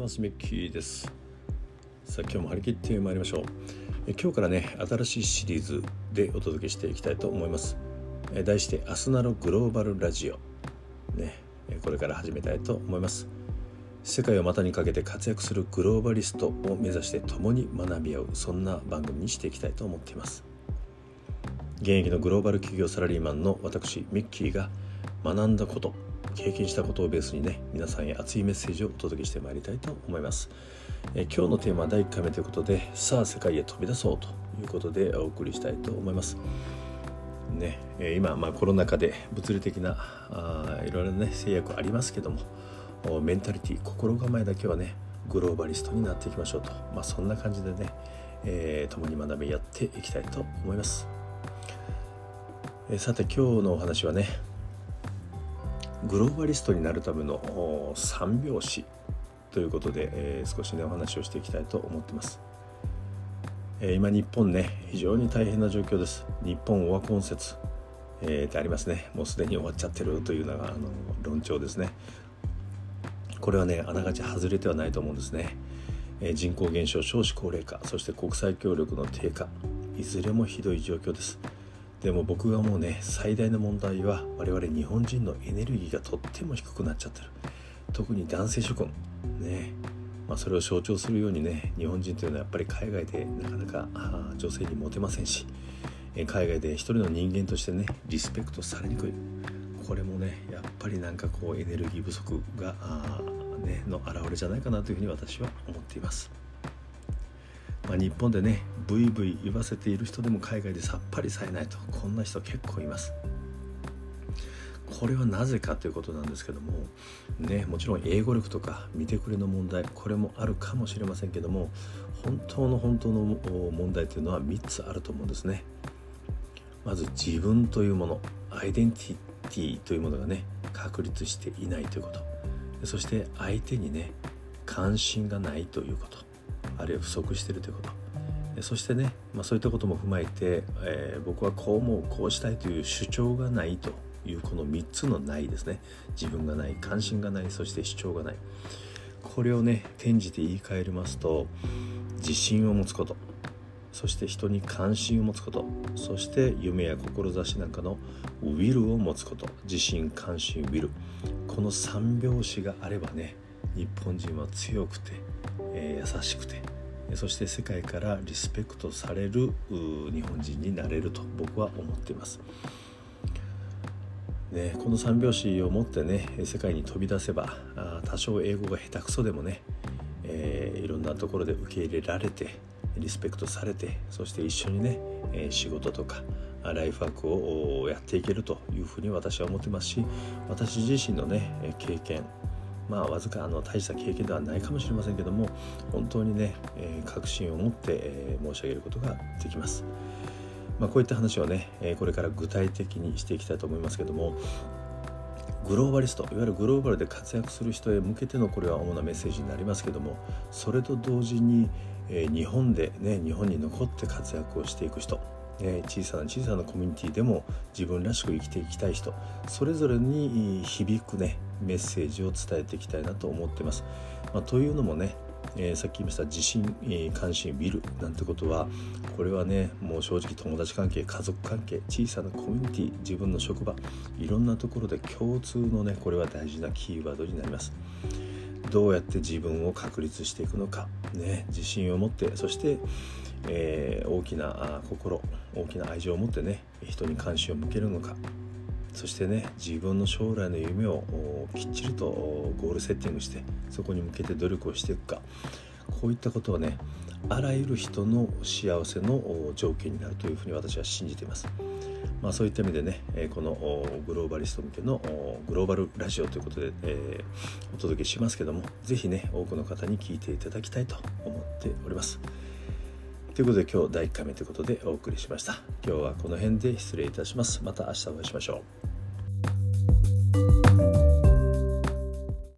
ます。ミッキーです。さあ今日も張り切ってまいりましょう。今日からね新しいシリーズでお届けしていきたいと思います。題してアスナのグローバルラジオね、これから始めたいと思います。世界を股にかけて活躍するグローバリストを目指して共に学び合う、そんな番組にしていきたいと思っています。現役のグローバル企業サラリーマンの私ミッキーが学んだこと、経験したことをベースにね、皆さんへ熱いメッセージをお届けしてまいりたいと思います。今日のテーマは第1回目ということで、さあ世界へ飛び出そうということでお送りしたいと思いますね。今、コロナ禍で物理的ないろいろね制約ありますけども、メンタリティ、心構えだけはねグローバリストになっていきましょうと、そんな感じでね、共に学びやっていきたいと思います。さて今日のお話はね、グローバリストになるための三拍子ということで、少しねお話をしていきたいと思っています。今日本ね非常に大変な状況です。日本オワコン説、ってありますね。もうすでに終わっちゃってるというのが論調ですね。これはねあながち外れてはないと思うんですね。人口減少、少子高齢化、そして国際協力の低下、いずれもひどい状況です。でも僕がもうね最大の問題は我々日本人のエネルギーがとっても低くなっちゃってる。特に男性諸君ね、それを象徴するようにね、日本人というのはやっぱり海外でなかなか女性にモテませんし、海外で一人の人間としてねリスペクトされにくい。これもねやっぱりなんかこうエネルギー不足がの表れじゃないかなというふうに私は思っています。日本でねブイブイ言わせている人でも海外でさっぱりさえないと、こんな人結構います。これはなぜかということなんですけどもね、もちろん英語力とか見てくれの問題、これもあるかもしれませんけども、本当の問題というのは3つあると思うんですね。まず自分というもの、アイデンティティというものがね確立していないということ、そして相手にね関心がないということ、あるいは不足しているということ、そしてね、そういったことも踏まえて、僕はこう思う、こうしたいという主張がないという、この3つのないですね。自分がない、関心がない、そして主張がない。これをね転じて言い換えますと、自信を持つこと、そして人に関心を持つこと、そして夢や志なんかのウィルを持つこと。自信、関心、ウィル、この三拍子があればね、日本人は強くて、優しくて、そして世界からリスペクトされる日本人になれると僕は思っています。この三拍子を持ってね世界に飛び出せば、多少英語が下手くそでもね、いろんなところで受け入れられてリスペクトされて、そして一緒にね、仕事とかライフワークをやっていけるというふうに私は思ってますし、私自身のね経験、わずか大した経験ではないかもしれませんけども、本当にね、確信を持って、申し上げることができます。こういった話をね、これから具体的にしていきたいと思いますけども、グローバリスト、いわゆるグローバルで活躍する人へ向けてのこれは主なメッセージになりますけども、それと同時に、日本でね、日本に残って活躍をしていく人、小さなコミュニティでも自分らしく生きていきたい人、それぞれに響くねメッセージを伝えていきたいなと思っています。というのもね、さっき言いました自信、関心、ウィルなんてことは、これはねもう正直友達関係、家族関係、小さなコミュニティ、自分の職場、いろんなところで共通のねこれは大事なキーワードになります。どうやって自分を確立していくのか、自信を持って、そして、大きな心、大きな愛情を持ってね人に関心を向けるのか、そしてね自分の将来の夢をきっちりとゴールセッティングしてそこに向けて努力をしていくか、こういったことはねあらゆる人の幸せの条件になるというふうに私は信じています。そういった意味でねこのグローバリスト向けのグローバルラジオということで、お届けしますけども、ぜひね多くの方に聞いていただきたいと思っております。ということで今日第1回目ということでお送りしました。今日はこの辺で失礼いたします。また明日お会いしましょう。